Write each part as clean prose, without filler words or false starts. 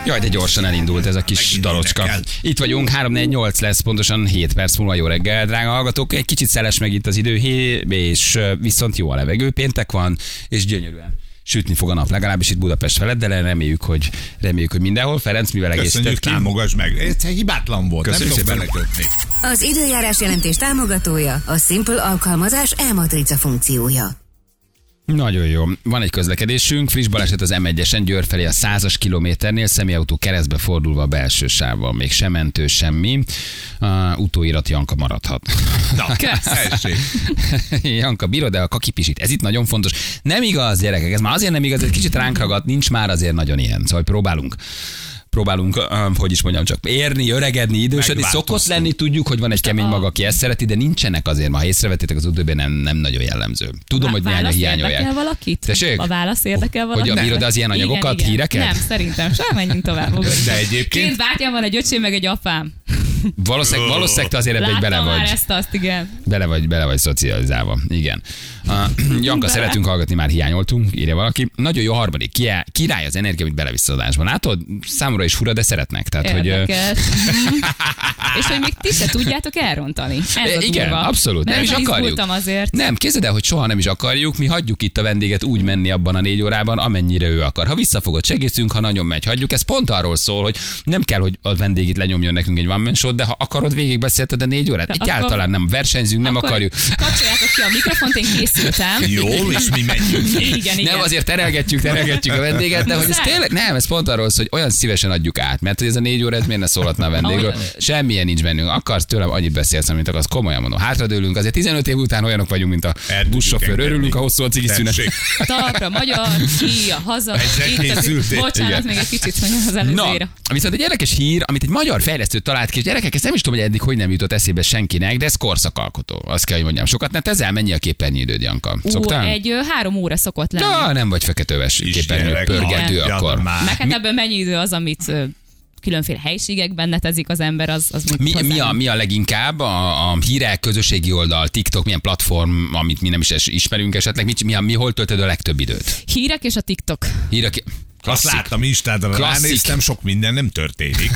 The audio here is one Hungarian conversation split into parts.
Jaj, de gyorsan elindult ez a kis dalocska. Itt vagyunk, 3-4-8 lesz, pontosan 7 perc múlva. Jó reggel, drága hallgatók. Egy kicsit szeles meg itt az idő, és viszont jó a levegő. Péntek van, és gyönyörűen sütni fog a nap, legalábbis itt Budapest felett, de reméljük, hogy mindenhol. Ferenc, mivel egészített ki? Támogass meg. Ez hibátlan volt. Köszönjük nem szépen. belekötni. Az időjárás jelentés támogatója a Simple alkalmazás e-matrica funkciója. Nagyon jó. Van egy közlekedésünk, friss baleset az M1-esen Győr felé a 100-as kilométernél, személyautó keresztbe fordulva a belső sávban. Még sem mentő, semmi. Utóirat Janka maradhat. Na, tessék. Janka, bírod el a kakipisit? Ez itt nagyon fontos. Nem igaz, gyerekek, ez már azért nem igaz, egy kicsit ránk ragadt, nincs már azért nagyon ilyen. Szóval próbálunk, hogy is mondjam, csak érni, öregedni, idősödni. Szokott lenni, tudjuk, hogy van egy kemény maga, aki ezt szereti, de nincsenek azért, ma észrevettétek az utóbbiben nem nagyon jellemző. Tudom, hogy néhányan hiányolják. Érdekel valakit? Tessék? A válasz érdekel valakit? Hogy bírod az ilyen anyagokat, igen. híreket? Nem, szerintem sem, menjünk tovább. De egyébként... Két bátyám van, egy öcsém, meg egy apám. Valószínűleg te azért ebbe bele Láttam vagy. már ezt, azt, igen. Bele vagy szocializálva. Igen. Janka, szeretünk hallgatni, már hiányoltunk, írja valaki. Nagyon jó harmadik. Király az energia, amit belevisz az adásban. Látod? Számomra is fura, de szeretnek. Tehát, érdekes. És hogy még ti se tudjátok elrontani. Ez igen, durva. abszolút. Nem is akarjuk. Azért. Nem, képzeld el, hogy soha nem is akarjuk. Mi hagyjuk itt a vendéget úgy menni abban a 4 órában, amennyire ő akar. Ha visszafogod, segítünk, ha nagyon megy, hagyjuk. Ez pont arról szól, hogy nem kell, hogy a vendég itt lenyomjon nekünk egy one-man show, de ha akarod, végigbeszélted a 4 órát. Egyáltalán nem versenyzünk, nem akarjuk. Kapcsoljátok ki a mikrofont, én készültem. Jól, és mi megyünk. Igen. Nem, azért terelgetjük a vendéget, de hogy ez tényleg, nem, ez pont arról szól, hogy olyan szívesen adjuk át, mert hogy ez a 4 óra, miért ne szólhatna a vendégről. Semmilyen nincs bennünk. Akarsz tőlem, annyit beszélsz, amit akarsz, komolyan mondom. Hátradőlünk, azért 15 év után olyanok vagyunk, mint a buszsofőr. Örülünk a hosszú cigiszűnet. Talpra, magyar, ki, a haza. Bocsánat, még egy kicsit mondjam az előzőre. Viszont egy érdekes hír, amit egy magyar fejlesztő talált ki, és gyerekek, ezt nem is tudom, hogy eddig hogy nem jutott eszébe senkinek, de ez korszakalkotó. Azt kell, hogy mondjam. Sokat ne tezel, mennyi a képernyőidőd, Janka? Szoktál? Egy 3 óra szokott lenni. Na, nem vagy feketőves képernyő pörgető akkor. Meg hát ebből mennyi idő az, amit különféle helységekben netezik az ember, az mi a leginkább a hírek, közösségi oldal, TikTok, milyen platform, amit mi nem is ismerünk esetleg, hol töltöd a legtöbb időt? Hírek és a TikTok. Azt láttam Instádra, ránéztem, sok minden nem történik.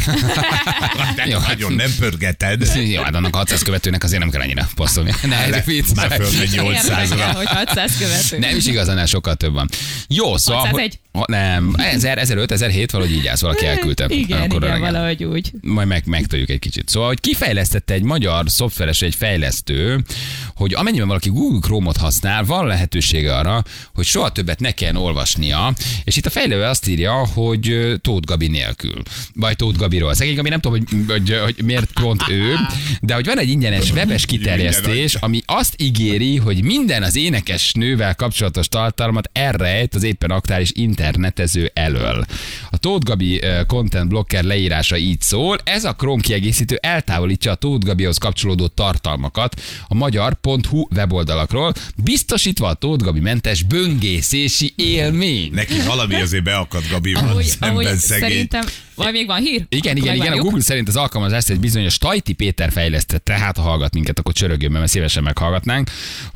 De nagyon nem pörgeted. Jó, hát annak 600 követőnek azért nem kell annyira posztolni. Már fölmegy 800-ra. Hogy 600 követő. Nem is igazán, el sokkal több van. Jó, szóval... 601. Nem, 1000, 1005, 1007, valahogy így állsz, valaki elküldte. Igen, valahogy úgy. Majd megtudjuk egy kicsit. Szóval, hogy kifejlesztette egy magyar szoftveres, egy fejlesztő, hogy amennyiben valaki Google Chrome-ot használ, van lehetősége arra, hogy soha többet ne kelljen olvasnia, és itt a fejlesztő azt írja, hogy Tóth Gabi nélkül. Vagy Tóth Gabiról. Szegény Gabi, nem tudom, hogy miért pont ő, de hogy van egy ingyenes webes kiterjesztés, ami azt ígéri, hogy minden az énekes nővel kapcsolatos tartalmat elrejt az éppen aktuális internetező elől. A Tóth Gabi content blocker leírása így szól, ez a Chrome kiegészítő eltávolítja a Tóth Gabihoz kapcsolódó tartalmakat a magyar.hu weboldalakról, biztosítva a Tóth Gabi mentes böngészési élmény. Neki valami azért beakadt Gabival szemben szegény. Szerintem, vagy még van hír? Igen, a Google szerint az alkalmazást egy bizonyos Tajti Péter fejlesztette, tehát ha hallgat minket, akkor csörögjön, mert szívesen meghallgatnánk,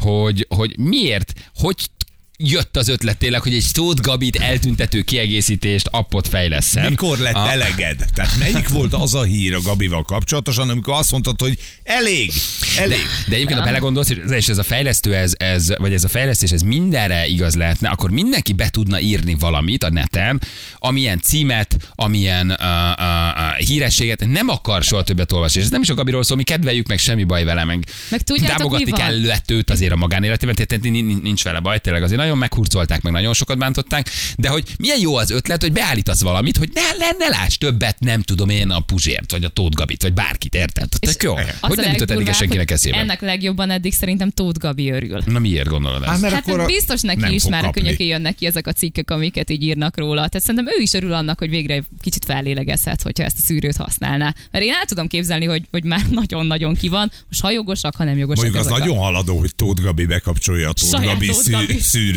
hogy miért, hogy jött az ötlet tényleg, hogy egy Tóth Gabit eltűntető kiegészítést, appot fejlesszen. Mikor lett eleged? Tehát melyik volt az a hír a Gabival kapcsolatosan, amikor azt mondtad, hogy elég. De egyébként, ha belegondolsz, és ez a fejlesztő, vagy ez a fejlesztés, ez mindenre igaz lehetne, akkor mindenki be tudna írni valamit a neten, amilyen címet, amilyen hírességet nem akar soha többet olvasni. És ez nem is a Gabiról szól, mi kedveljük, meg semmi baj vele, meg támogatni kellett őt azért a magánéletében, tehát nincs vele baj, tényleg azért nagyon meghurcolták, meg nagyon sokat bántották, de hogy milyen jó az ötlet, hogy beállítasz valamit, hogy ne láss többet, nem tudom én a Puzsért, vagy a Tóth Gabit, vagy bárkit, érted? Tehát jó. Hogy nem jutott eddig senkinek eszébe? Ennek legjobban eddig szerintem Tóth Gabi örül. Na miért gondolod ezt? Hát biztos neki is már a könnyöké jönnek ki ezek a cikkek, amiket így írnak róla. Tehát szerintem ő is örül annak, hogy végre kicsit fellélegezhet, hogyha ezt a szűrőt használná. Mert én el tudom képzelni, hogy már nagyon-nagyon ki van, most ha jogosak, ha nem jogosak. Mondjuk az nagyon haladó, hogy Tóth Gabi bekapcsolja a Tóth Gabi szűrőt.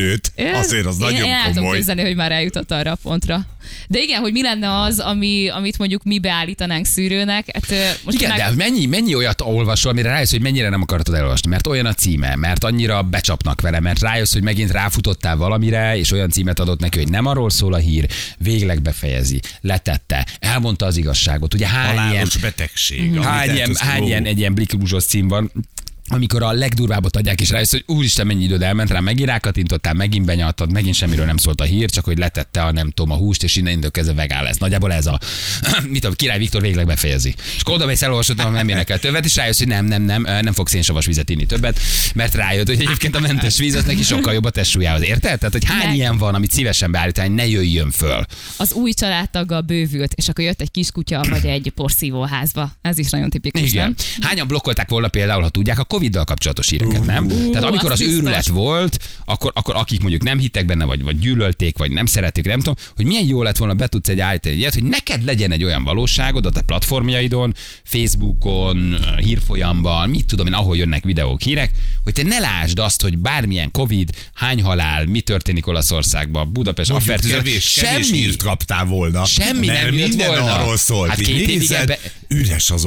szűrőt, azért az nagyon komoly. Én tudom képzelni, hogy már eljutott arra a pontra. De igen, hogy mi lenne az, amit mondjuk mi beállítanánk szűrőnek. Hát, most igen, de mennyi olyat olvasol, amire rájössz, hogy mennyire nem akartad elolvasni, mert olyan a címe, mert annyira becsapnak vele, mert rájössz, hogy megint ráfutottál valamire, és olyan címet adott neki, hogy nem arról szól a hír, végleg befejezi, letette, elmondta az igazságot. Ugye hány ilyen betegség. Hány ilyen egy ilyen blikrúzsos cím van, amikor a legdurvábbat adják, és rájössz, hogy úristen, mennyi időd elment rá, megint rákattintottál, megint benyaltad, megint semmiről nem szólt a hír, csak hogy letette a nem tudom a húst, és innen kezdve vegán lesz. Nagyjából ez a, mit a Király Viktor végleg befejezi. És oda mész, elolvasod, nem érnek el többet, és rájössz, hogy nem fog szénsavas vizet inni többet, mert rájött, hogy egyébként a mentes víz az neki sokkal jobb a testsúlyához. Érted? Tehát, hogy hány ilyen van, amit szívesen beállítani, ne jöjjön föl. Az új családtaggal bővült, és akkor jött egy kiskutya vagy egy porszívóházba. Ez is nagyon tipikus. Igen. Nem? Hányan blokkolták volna például, ha tudják, a Coviddal kapcsolatos híreket, nem? Tehát amikor az őrület volt, akkor akik mondjuk nem hittek benne, vagy gyűlölték, vagy nem szerették, nem tudom, hogy milyen jó lett volna, be tudsz állítani egy ilyet, hogy neked legyen egy olyan valóságod a te platformjaidon, Facebookon, hírfolyamban, mit tudom én, ahol jönnek videók, hírek, hogy te ne lásd azt, hogy bármilyen Covid, hány halál, mi történik Olaszországban, Budapest, kevés hírt kaptál volna. Semmi nem jött volna. Arról szólt. Hát üres az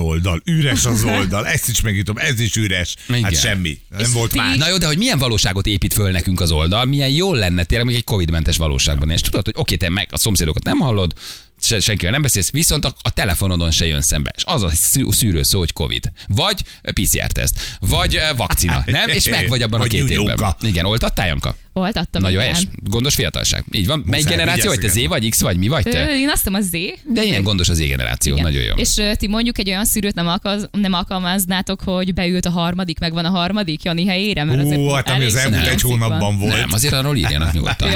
oldal, ezt is megítom, ez is üres. Igen. Hát semmi. Nem volt más. Na jó, de hogy milyen valóságot épít föl nekünk az oldal, milyen jól lenne tényleg még egy Covid-mentes valóságban. És tudod, hogy oké, te meg a szomszédokat nem hallod, senkivel nem beszélsz, viszont a telefonodon se jön szembe. És az a szűrő szó, hogy Covid. Vagy PCR-teszt, vagy vakcina, nem? És meg vagy abban a 2 évben. Igen, oltattál, Janka? Oltattam. Nagyon helyes. Gondos fiatalság. Így van. Melyik generáció vagy? Te Z vagy X vagy? Mi vagy te? Én azt hiszem a Z. De ilyen gondos az Z generáció. Igen. Nagyon jó. És ti mondjuk egy olyan szűrőt nem alkalmaznátok, hogy beült a harmadik, megvan a harmadik Jani helyére? Hát ami az elmúlt egy hónapban volt. Nem, azért arról írjanak nyugodtan.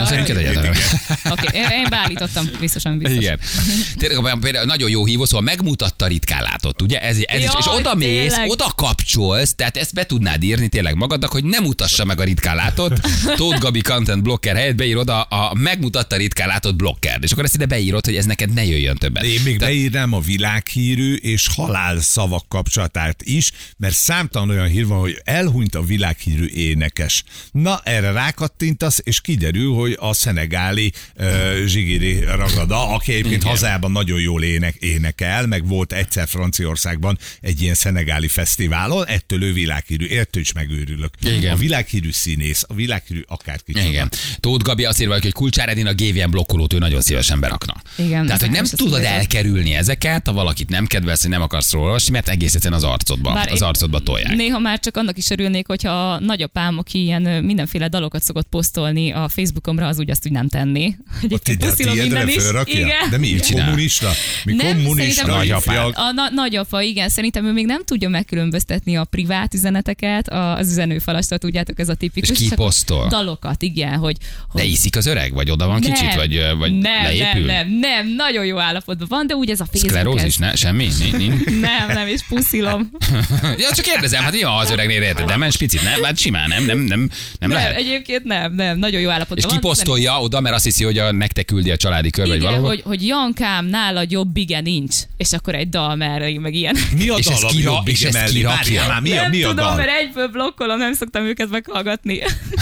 Oké, én beállítottam, biztosan. Igen. Tényleg például nagyon jó hívó, szóval megmutatta, ritkán látott, ugye? Ez is, és oda mész, oda kapcsolsz, tehát ezt be tudnád írni tényleg magadnak, hogy nem mutassa meg a ritkán látott. Tóth Gabi content blocker helyett beírod a megmutatta ritkán látott blokker. És akkor ezt ide beírod, hogy ez neked ne jöjjön többet. Én még beírnám a világhírű és halál szavak kapcsolatát is, mert számtalan olyan hír van, hogy elhunyt a világhírű énekes. Na, erre rákattintasz, és kiderül, hogy a szenegáli Zsigiri Ragada, aki egyébként hazában nagyon jól énekel, meg volt egyszer Franciaországban egy ilyen szenegáli fesztiválon, ettől ő világhírű, ettől is megőrülök. Igen. A világhírű színész, a világhírű akárki. Igen. Tóth Gabi azt írva, hogy Kulcsár Edin a GVM blokkolót ő nagyon szívesen berakna. Igen, tehát, hogy nem tudod elkerülni ezeket, ha valakit nem kedvelsz, hogy nem akarsz róla olvasni, mert egész egyszerűen az arcodba tolják. Néha már csak annak is örülnék, hogyha a nagyapám, aki ilyen mindenféle dalokat szokott posztolni a Facebookomra, az úgy azt úgy nem tenni. A tiédre fölrakja? Igen. De mi kommunista? Mi kommunista nagyapja? A nagyapa, igen, szerintem ő még nem tudja megkülönböztetni a privát üzeneteket, az üzenőfalastra, tudjátok, ez a tipikus. És ki posztol? Dalokat, igen, hogy de iszik az öreg? Vagy oda van kicsit? Vagy leépül? Nem, nagyon jó állapotban van, de úgy ez a Facebook. Szklerózis, ne? Semmi? Nem, és puszilom. Ja, csak kérdezem, hát jó az öregnél érted, de menj picit, nem? Hát simán, nem lehet. Egyébként nem, nagyon jó állapotban van. És ki posztolja oda, mert azt hiszi, hogy nektek küldi a családi kör, vagy valahol? hogy Jankám, nálad jobb igen nincs. És akkor egy dal mellé, meg ilyen. Mi a dal, ami jobb igen mellé? Mi a dal? Mert egyből blokkolom, nem szoktam őket meghallgatni.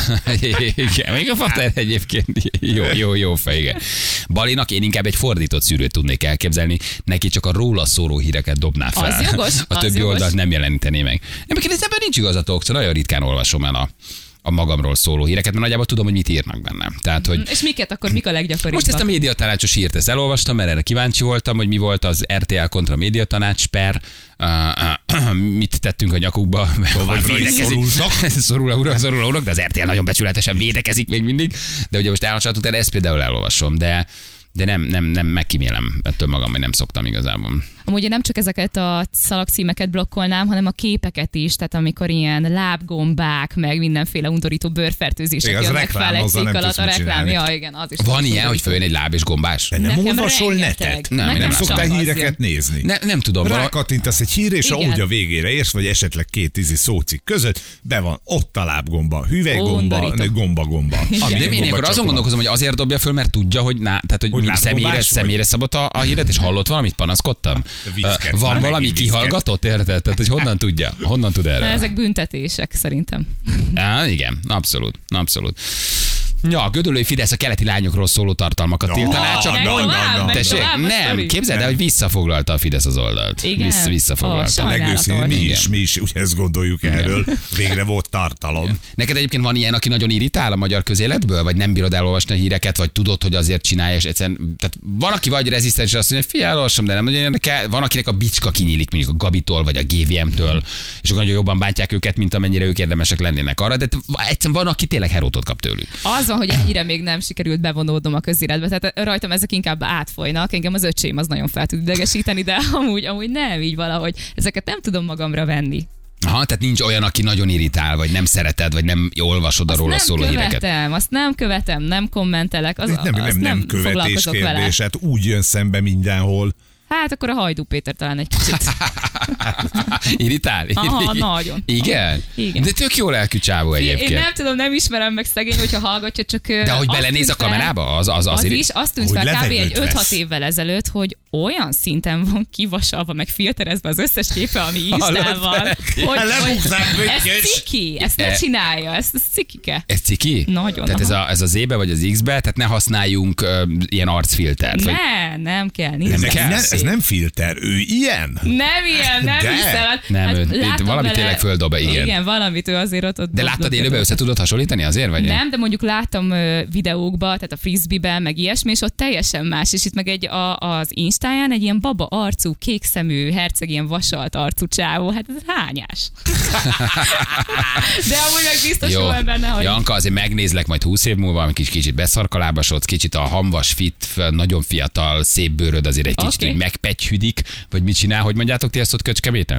Igen, még a Fater egyébként jó fej, igen. Balinak én inkább egy fordított szűrőt tudnék elképzelni, neki csak a róla szóró híreket dobná fel. Az jogos. A többi oldalt nem jelenítené meg. Nem, ez ebben nincs igazatok, szóval nagyon ritkán olvasom el a magamról szóló híreket, mert nagyjából tudom, hogy mit írnak benne. Tehát, hogy és miket akkor, mik a leggyakoribbak? Most ezt a médiatanácsos hírt ezt elolvastam, mert erre kíváncsi voltam, hogy mi volt az RTL kontra médiatanács per, mit tettünk a nyakukba. Szorul a urak, de az RTL nagyon becsületesen védekezik még mindig. De ugye most elolvastam, utána ezt például elolvasom, de nem megkímélem ettől magam, hogy nem szoktam igazából. Amúgy nem csak ezeket a szalagcímeket blokkolnám, hanem a képeket is, tehát amikor ilyen lábgombák, meg mindenféle undorító bőrfertőzések jönnek fel egy cikk alatt a reklám. Ja, igen, az is. Van ilyen, hogy följön egy láb és gombás? Nem olvasol netet? Nem szoktál híreket nézni? Nem tudom. Rákattintasz egy hír, és ahogy a végére érsz, vagy esetleg 2 szócikk között, be van ott a lábgomba, hüvelygomba, gomba. De én akkor azon gondolkozom, hogy azért dobja föl, mert tudja, hogy személyre szabott a híret, és hallott valamit, panaszkodtam. Van valami kihallgatott, érted? Tehát, hogy honnan tudja? Honnan tud erre? Ezek büntetések, szerintem. Igen, abszolút. Ja, Gödöllői Fidesz a keleti lányokról szóló tartalmakat tiltaná, csak tessék, nem, képzeld el, hogy visszafoglalta a Fidesz az oldalt. Igen? Visszafoglalta. Legőszintén mi is ezt gondoljuk erről. Végre volt tartalom. Neked egyébként van ilyen, aki nagyon irritál a magyar közéletből, vagy nem bírod elolvasni a híreket, vagy tudod, hogy azért csinálja, és egyszerűen, tehát van, aki vagy rezisztens, és azt mondja, figyelj, elolvasom, de nem nagyon érdekel. Van, akinek a bicska kinyílik, mondjuk a Gabitól, vagy a GVM-től, és akkor nagyon jobban bántják őket, mint amennyire ők érdemesek lennének arra, de egyszerűen van, aki tényleg herótot kap tőlük. Az van, hogy ennyire még nem sikerült bevonódnom a közéletbe, tehát rajtam ezek inkább átfolynak. Engem az öcsém az nagyon fel tud idegesíteni, de amúgy nem így valahogy. Ezeket nem tudom magamra venni. Aha, tehát nincs olyan, aki nagyon irritál, vagy nem szereted, vagy nem olvasod a róla szóló híreket. Azt nem követem, nem kommentelek. Nem követés kérdés, hát úgy jön szembe mindenhol. Hát akkor a Hajdú Péter talán egy kicsit. Irritál? Aha, nagyon. Igen? Igen. De tök jó lelkű csávó egyébként. Én nem tudom, nem ismerem meg szegény, hogyha hallgatja, csak... De hogy belenéz a kamerába? Az is, azt tűnt fel kb. Egy 5-6 évvel ezelőtt, hogy olyan szinten van kivasalva, meg filterezve az összes képe, ami Instán van, hogy ez ciki, ezt ne csinálja, ez cikike. Ez ciki? Nagyon. Tehát ez az E-be vagy az X-be, tehát ne használjunk ilyen arcfiltert. Nem kell. Ez nem filter, ő ilyen? Nem ilyen, nem hiszem. Nem, valami tényleg földob, igen. Igen, valamit ő azért ott. De láttad élőben, össze tudod hasonlítani azért, vagy? Nem, de mondjuk láttam videókba, tehát a frisbee-ben, meg ilyesmi, és ott teljesen más, és itt meg az Instáján egy ilyen baba arcú, kékszemű, herceg, ilyen vasalt arcú csávó, hát ez hányás. De amúgy meg biztos jó benne, hogy... Janka, azért megnézlek majd 20 év múlva, kicsit beszarkalábasodsz, kicsit a hamvas, fit, nagyon fiatal, szép bőröd azért egy kicsit úgy megpettyhüdik, vagy mit csinál, hogy mondjátok ti ezt ott Köcskeméten?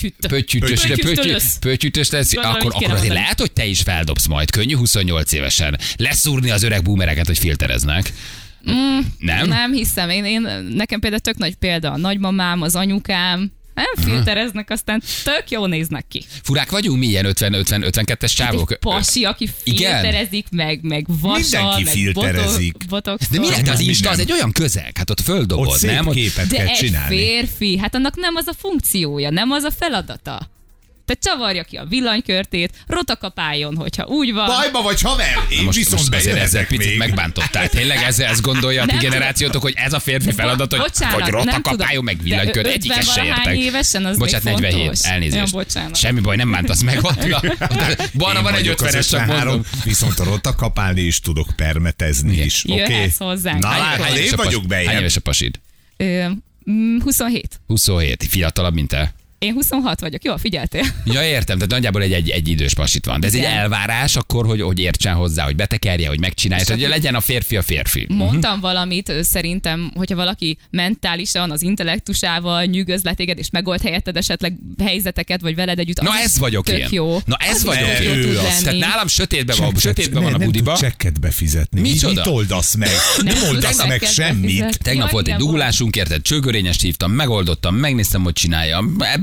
Pötyütös lesz, akkor azért lehet, hogy te is feldobsz majd, könnyű 28 évesen. Leszúrni az öreg boomereket, hogy filtereznek. Nem? Nem hiszem. Nekem például tök nagy példa a nagymamám, az anyukám, nem filtereznek, aztán tök jó néznek ki. Furák vagyunk mi ilyen 50-52-es csávok? Egy pasi, aki filterezik, meg vasal, mindenki meg filterezik. botox. De minek az Insta? Az egy olyan közeg, hát ott földobod, ott szép nem? képet kell csinálni. De egy férfi, hát annak nem az a funkciója, nem az a feladata. Te csavarja ki a villanykörtét, rotakapáljon, hogyha úgy van. Bajba vagy, haver! Én most viszont azért ezzel picit még. megbántottál. Tényleg ezt gondolja a ti generációtok, hogy ez a férfi feladat, hogy rotakapáljon, meg villanykör, egyikes se értek. Évesen az bocsánat, 47, fontos. elnézést. Semmi baj, nem bántasz meg. Balra van egy 50-es, csak mondom. Viszont a rotakapálni is tudok, permetezni is. Jöhetsz hozzánk. Na látod, én vagyok bejebb. Hány éves a pasid? 27. 27, fiatalabb, mint te. Én 26 vagyok, jó, figyeltél? Ja, értem, tehát nagyjából egy idős pasit van. De ez egy elvárás akkor, hogy értsen hozzá, hogy betekerje, hogy megcsinálja, hogy legyen a férfi. Mondtam valamit, szerintem, hogyha valaki mentálisan, az intellektusával nyűgöz téged, és megold helyetted esetleg helyzeteket, vagy veled együtt. Na ez vagyok én. Jó. Na ez vagyok én. Tehát nálam sötétben van a budiba. Nem tud csekket befizetni. Mit oldasz meg? Nem oldasz meg semmit. Tegnap volt egy dugulásunk, érted? Csőgörényest hívtam, megoldottam, megnéztem, hogy csinálja.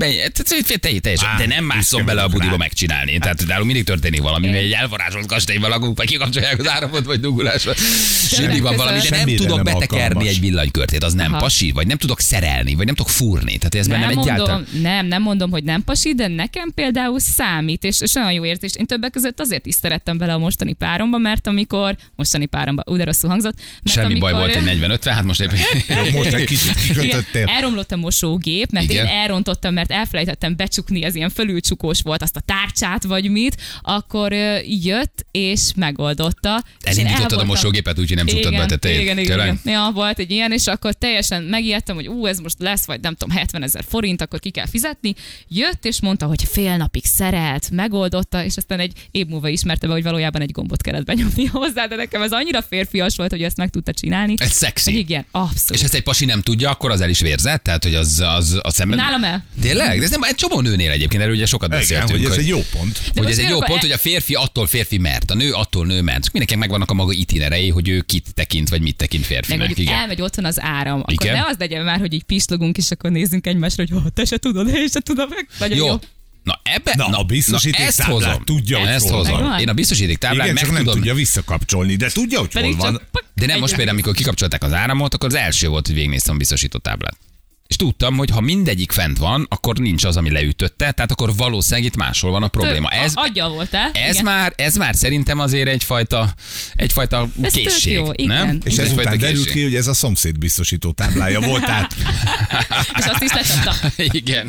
Teljesen. De nem mászom bele a budiba megcsinálni. Tehát nálunk mindig történik valami, egy elvarázsolt kastélyban lakunk, vagy kikapcsolják az áramot, vagy dugulásra. Mindig van valami, de nem tudok betekerni egy villanykörtét, az nem pasi, vagy nem tudok szerelni, vagy nem tudok fúrni. Tehát ez bennem egyáltalán. Nem mondom, hogy nem pasi, de nekem például számít, és olyan jó érzés. Én többek között azért is szerettem bele a mostani páromba, mert amikor de rosszul hangzott. Semmi baj volt, egy 40-50, hát most éppen. Most egy kicsit kikötöttél. Elromlott a mosógép, mert én elrontottam, mert elfelejtettem becsukni, az ilyen fölülcsukós volt, azt a tárcsát, vagy mit, akkor jött, és megoldotta. Elindítottad a mosógépet, úgyhogy nem csuktad be a tetejét. Igen. Ja, volt egy ilyen, és akkor teljesen megijedtem, hogy ez most lesz, vagy nem tudom, 70 000 forint, akkor ki kell fizetni. Jött, és mondta, hogy fél napig szerelt, megoldotta, és aztán egy év múlva ismerte be, hogy valójában egy gombot kellett benyomni hozzá, de nekem ez annyira férfias volt, hogy ezt meg tudta csinálni. Ez szexi. Igen, abszolút. És ezt egy pasi nem tudja, akkor az el is vérzett? Tehát, hogy az a szemben... Nálam el. Tényleg? De ez nem egy csomó nőnél egyébként, erről ugye sokat beszéltünk. Hogy ez egy jó pont. Hogy ez egy jó pont, hogy a férfi attól férfi mert, a nő attól nő mert. Mindenkinek megvannak a maga itinerei, hogy ő kit tekint, vagy mit tekint férfinek. Meg elmegy otthon az áram. Akkor ne az legyen már, hogy így pislogunk, és akkor nézzünk egymásra, hogy te se tudod, én se tudom meg. Nagyon jó. Na ebbe, a biztosítéktáblát tudja, hogy ezt hozom. Én a biztosítéktáblát meg nem tudom. tudja visszakapcsolni, de tudja, hogy hol van. De nem most például, amikor kikapcsolták az áramot, akkor az első volt, hogy végignéztem a biztosítótáblát. És tudtam, hogy ha mindegyik fent van, akkor nincs az, ami leütötte, tehát akkor valószínűleg itt máshol van a probléma. Agya voltál. Ez már szerintem azért egyfajta Ez tök készség. jó, igen. Nem? És Ez ezután egyfajta derült készség. ki, hogy ez a szomszéd biztosító táblája volt, tehát És azt is lecsapta. Igen.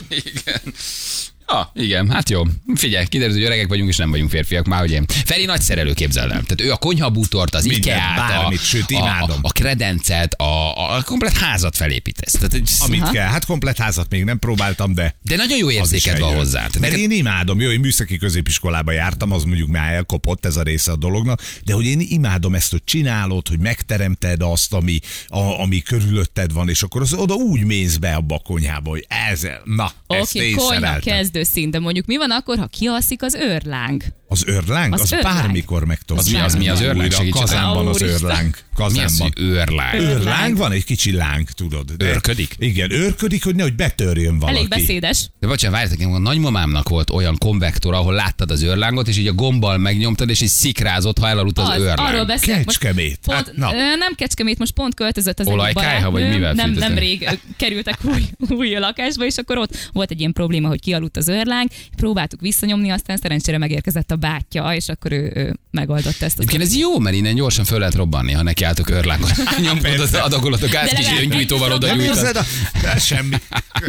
Igen, hát jó. Figyelj, kiderült, hogy öregek vagyunk, és nem vagyunk férfiak, már hogy én. Feri nagy szerelő, képzeld el. Tehát ő a konyhabútort, az Mindent, Ikea-t, bármit, sőt, imádom. a kredencet, a komplet házat felépítesz. Tehát, amit kell. Hát komplett házat még nem próbáltam, de de nagyon jó az is érzéked van eljön. hozzá. Tehát Mert neked- én imádom, jó, én műszaki középiskolába jártam, az mondjuk már elkopott ez a része a dolognak, de hogy én imádom ezt, hogy csinálod, hogy megteremted azt, ami körülötted van, és akkor az oda úgy mész be abba a konyhába, hogy ezt Oké, én konyha szereltem. kezdőszint, de mondjuk mi van akkor, ha kialszik az őrláng? Az őrláng? Az Az őrláng. bármikor meg tudod Az mi az csinálni. őrláng? Újra, Segítsen. kazánban az Úristen. őrláng. Mi az, Kazánban. hogy őrláng? Őrláng van, egy kicsi láng, tudod. De Őrködik? Igen, őrködik, hogy nehogy betörjön valaki. Elég beszédes. De bocsánat, várjátok, a nagymamámnak volt olyan konvektor, ahol láttad az őrlángot, és így a gombbal megnyomtad, és így szikrázott, ha elaludt az őrláng. Arról beszélek most. Kecskemét. Pont, Hát, na. nem Kecskemét, most pont költözött az Olajkályha, vagy mivel nem, fűtöztek? nemrég kerültek új lakásba, és akkor ott volt egy ilyen probléma, hogy kialudt az őrláng, próbáltuk visszanyomni, aztán szerencsére megérkezett a bátyja, és akkor ő megoldotta ezt. Egyébként ez jó, mert innen gyorsan föl lehet robbanni, ha nekiálltok őrlángon. Nyomkodod az adagolatok át, De és legalább öngyújtóval egy oda Nem gyújtod. érzed? De semmi.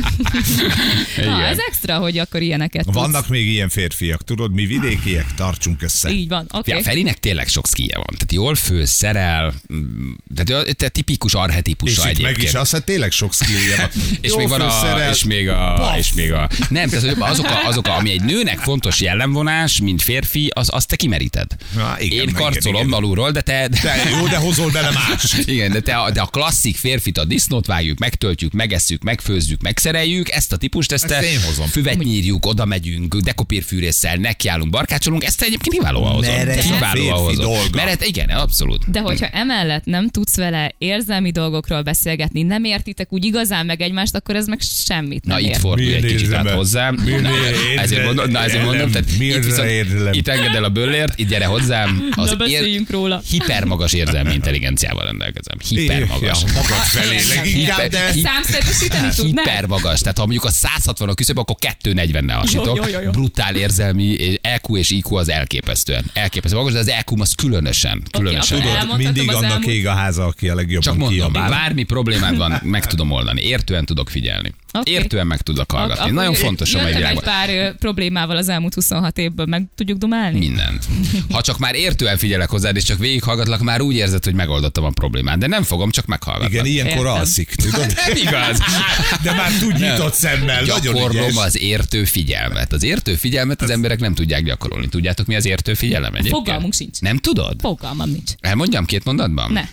Na, ez extra, hogy akkor ilyeneket tudsz. Vannak még ilyen férfiak, tudod, mi vidékiek, tartsunk össze. Így van, oké. Ja, Ferinek tényleg sok szkije van. Tehát jól főz, szerel, tehát tipikus És archetípusa itt egyébként. meg is azt, hogy tényleg sok skillje van. És Jó még van főszerelt. és még a... Nem, tehát azok, ami egy nőnek fontos jellemvonás, mint férfi, azt te kimeríted. Na, igen, Én igen, karcolom igen. alulról, de te... De jó, de hozol bele más. Igen, de de a klasszik férfit, a disznót vágjuk, megtöltjük, megesszük, megfőzzük, megszereljük, ezt a típust, ezt Ezt én hozom. füvet nyírjuk, oda megyünk, dekopírfűrésszel, nekiállunk, barkácsolunk, ezt te egyébként kiválóan hozod. Mert ez a Kiválóan férfi hozod. dolga. Mert igen, abszolút. De hogyha emellett nem tudsz vele érzelmi dolgokról beszélgetni, nem értitek úgy igazán meg egymást, akkor ez meg semmit nem Na itt ér. fordulj egy kicsit át hozzám. Na, ezért mondom, tehát itt viszont itt engedd el a böllért, itt gyere hozzám. Na, beszéljünk róla. Hipermagas érzelmi intelligenciával rendelkezem. Hipermagas. Ja, magad felé leginkább, de... Számszerűsíteni tudnál? Hipermagas. Tehát ha mondjuk a 160 a küszöb, akkor 240-nel hasítok. Jó. Brutál érzelmi, EQ és IQ az elképesztően. Elképesztő magas, de az EQ az különösen. akkor Tudod, mindig az annak elmúlt- ég a háza, aki a Csak legjobban mondom, kiabál. bármi problémád van, meg tudom oldani. Értően tudok figyelni. Oké. Értően meg tudok hallgatni. Akkor Nagyon fontos a mai jöttem egy világban. pár problémával az elmúlt 26 évből, meg tudjuk dumálni? Mindent. Ha csak már értően figyelek hozzád, és csak végighallgatlak, már úgy érzed, hogy megoldottam a problémát. De nem fogom, csak meghallgatlak. Igen, ilyenkor Értem. alszik, tudod? Nem igaz. De már tud nyitott szemmel, nagyon Gyakorlom ügyes. az értő figyelmet. Az értő figyelmet az emberek nem tudják gyakorolni. Tudjátok, mi az értő figyelem egyébként? Fogalmunk sincs. Nem tudod? Fogalmam nincs. Elmondjam 2 mondatban? Ne.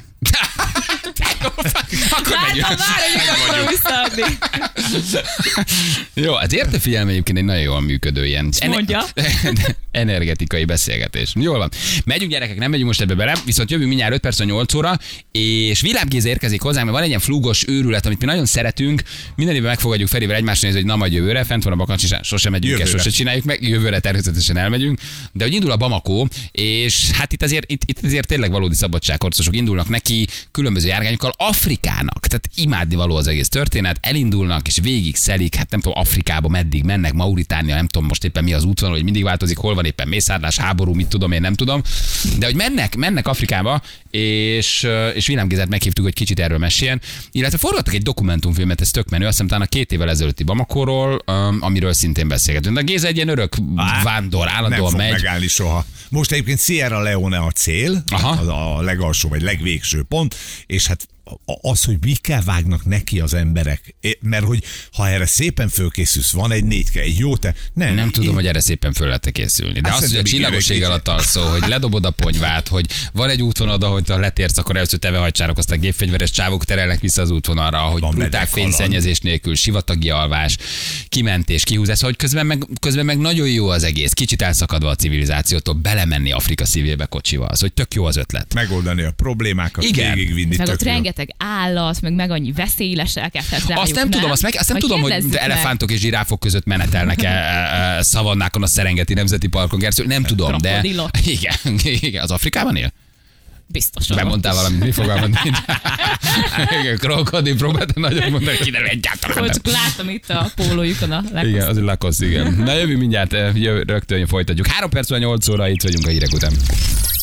Akkor megyünk. Láttam már, hogy mit akarom visszaadni. Jó, az értőfigyelem egyébként egy nagyon jól működő ilyen mondja. energetikai beszélgetés. Jól van. Megyünk gyerekek, nem megyünk most ebbe bele, viszont jövünk mindjárt 5 perc 8 óra, és Vilám Géza érkezik hozzánk, mert van egy ilyen flúgos őrület, amit mi nagyon szeretünk. Minden évben megfogadjuk Ferivel egymásra nézni, hogy na majd jövőre, fent van a Bakancs, és sosem megyünk el, Jövőre. sose csináljuk meg, jövőre természetesen elmegyünk, de hogy indul a Bamako, és hát itt azért tényleg valódi szabadságharcosok indulnak neki, különböző járgányokkal Afrikának. Tehát imádni való az egész történet, elindulnak és végig szelik, hát nem tudom, Afrikába meddig mennek, Mauritánia, nem tudom most éppen mi az útvonal, hogy mindig változik, hol van éppen mészárlás, háború, mit tudom, én nem tudom. De hogy mennek Afrikába, és Vilám Gézát meghívtuk, hogy kicsit erről meséljen, illetve forgattak egy dokumentumfilmet, ez tök menő, azt hiszem talán a 2 évvel ezelőtti Bamakóról, amiről szintén beszélgetünk. De Géza egy ilyen örök vándor, Nem állandóan fog megy. megállni soha. Most egyébként Sierra Leone a cél, Aha. az a legalsó vagy legvégső pont, és hát az, hogy mikkel vágnak neki az emberek, mert hogy ha erre szépen fölkészülsz, van egy 4K, egy jó te, Nem tudom, hogy erre szépen föl lehet készülni. De Hát az, hogy a szerintem csillagoség igen, alatt alszó, hogy ledobod a ponyvát, hogy van egy útvonal, ahogy ha letérsz, akkor először tevehajcsárok, aztán gépfegyveres csávok terelnek vissza az útvonalra, hogy Van brutál meleg fényszennyezés nélkül, sivatagi alvás, kimentés, kihúzás, hogy közben meg nagyon jó az egész, kicsit elszakadva a civilizációtól, belemenni Afrika szívébe kocsival, az, hogy tök jó az ötlet. megoldani a problémákat, Igen. végigvinni. Meg tök ott jó. rengeteg állat, meg annyi veszély leselkedhet rájuk. Azt nem tudom, azt nem Vagy tudom, hogy kérdezzük meg. elefántok és zsiráfok között menetelnek-e szavannákon a Szerengeti Nemzeti Parkon keresztül. Nem tudom, de Krokodilok. igen, az Afrikában él? Biztosan. Bemondtál valamit, mi fogalmad nincs? Krokodil próbáltam nagyon mondani, hogy kiderül egyáltalán nem. Csak láttam itt a pólójukon a Lacoste. Igen, az egy Lacoste, igen. Na jövő mindjárt, rögtön folytatjuk. 3 perc van 8 óra, itt vagyunk a hírek után.